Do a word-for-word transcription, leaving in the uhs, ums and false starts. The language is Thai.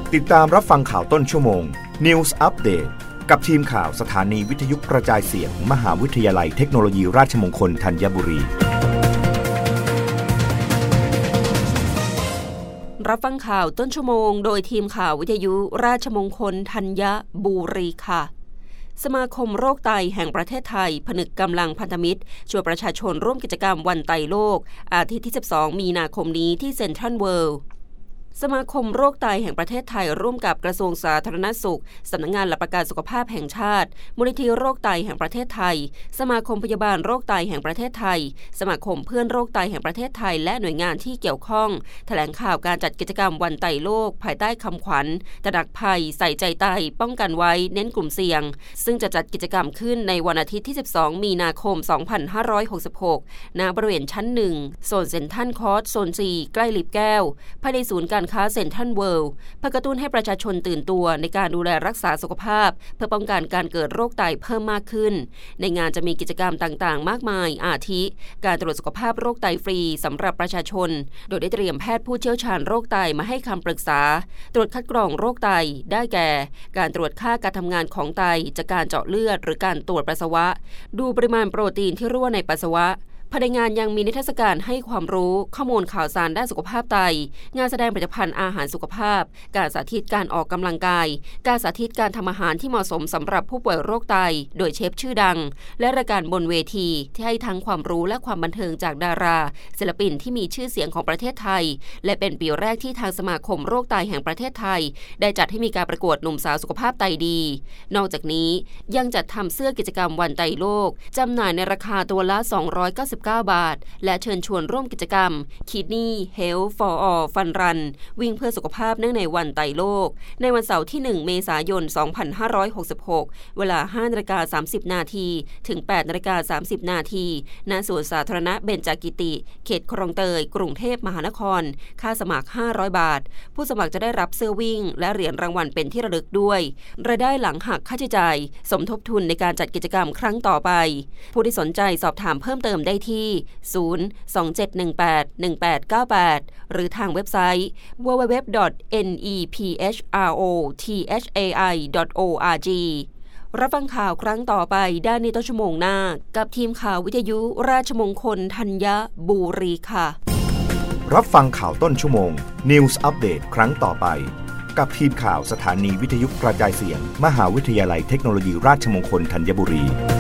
ติดตามรับฟังข่าวต้นชั่วโมง News Update กับทีมข่าวสถานีวิทยุกระจายเสียง มหาวิทยาลัยเทคโนโลยีราชมงคลธัญบุรีรับฟังข่าวต้นชั่วโมงโดยทีมข่าววิทยุราชมงคลธัญบุรีค่ะสมาคมโรคไตแห่งประเทศไทยผนึกกำลังพันธมิตรชวนประชาชนร่วมกิจกรรมวันไตโลกอาทิตย์ที่สิบสองมีนาคมนี้ที่เซ็นทรัลเวิลด์สมาคมโรคไตแห่งประเทศไทยร่วมกับกระทรวงสาธารณสุขสำนักงานหลักประกันสุขภาพแห่งชาติมูลนิธิโรคไตแห่งประเทศไทยสมาคมพยาบาลโรคไตแห่งประเทศไทยสมาคมเพื่อนโรคไตแห่งประเทศไทยและหน่วยงานที่เกี่ยวข้องแถลงข่าวการจัดกิจกรรมวันไตโลกภายใต้คำขวัญตระหนักภัยใส่ใจไตป้องกันไว้เน้นกลุ่มเสี่ยงซึ่งจะจัดกิจกรรมขึ้นในวันอาทิตย์ที่สิบสองมีนาคมสองพันห้าร้อยหกสิบหกณบริเวณชั้นหนึ่งโซนเซ็นทรัลคอร์สโซนสี่ใกล้ลิฟต์แก้วภายในศูนย์การค้าเซ็นทรัลเวิลด์เพื่อกระตุ้นให้ประชาชนตื่นตัวในการดูแลรักษาสุขภาพเพื่อป้องกันการเกิดโรคไตเพิ่มมากขึ้นในงานจะมีกิจกรรมต่างๆมากมายอาทิการตรวจสุขภาพโรคไตฟรีสำหรับประชาชนโดยได้เตรียมแพทย์ผู้เชี่ยวชาญโรคไตมาให้คำปรึกษาตรวจคัดกรองโรคไตได้แก่การตรวจค่าการทำงานของไตจากการเจาะเลือดหรือการตรวจปัสสาวะดูปริมาณโปรตีนที่รั่วในปัสสาวะภายในงานยังมีนิทรรศการให้ความรู้ข้อมูลข่าวสารด้านสุขภาพไตงานแสดงผลิตภัณฑ์อาหารสุขภาพการสาธิตการออกกำลังกายการสาธิตการทำอาหารที่เหมาะสมสำหรับผู้ป่วยโรคไตโดยเชฟชื่อดังและรายการบนเวทีที่ให้ทั้งความรู้และความบันเทิงจากดาราศิลปินที่มีชื่อเสียงของประเทศไทยและเป็นปีแรกที่ทางสมาคมโรคไตแห่งประเทศไทยได้จัดให้มีการประกวดหนุ่มสาวสุขภาพไตดีนอกจากนี้ยังจัดทำเสื้อกิจกรรมวันไตโลกจำหน่ายในราคาตัวละสองร้อยเก้าสิบเก้าบาทและเชิญชวนร่วมกิจกรรม Kidney Health for All Fun Run วิ่งเพื่อสุขภาพเนื่องในวันไตโลกในวันเสาร์ที่หนึ่งเมษายนสองพันห้าร้อยหกสิบหกเวลา ห้านาฬิกาสามสิบนาทีถึง แปดนาฬิกาสามสิบนาทีณสวนสาธารณะเบญจกิติเขตคลองเตยกรุงเทพมหานครค่าสมัครห้าร้อยบาทผู้สมัครจะได้รับเสื้อวิ่งและเหรียญรางวัลเป็นที่ระลึกด้วยรายได้หลังหักค่าใช้จ่ายสมทบทุนในการจัดกิจกรรมครั้งต่อไปผู้ที่สนใจสอบถามเพิ่มเติมได้ที่ศูนย์ สอง เจ็ด หนึ่ง แปด หนึ่ง แปด เก้า แปด หรือทางเว็บไซต์ ดับเบิลยู ดับเบิลยู ดับเบิลยู ดอท เอ็น อี พี เอช อาร์ โอ ที เอช เอ ไอ ดอท โอ อาร์ จี รับฟังข่าวครั้งต่อไปได้ในต้นชั่วโมงหน้ากับทีมข่าววิทยุราชมงคลธัญบุรีค่ะรับฟังข่าวต้นชั่วโมง News Update ครั้งต่อไปกับทีมข่าวสถานีวิทยุกระจายเสียง มหาวิทยาลัยเทคโนโลยีราชมงคลธัญบุรี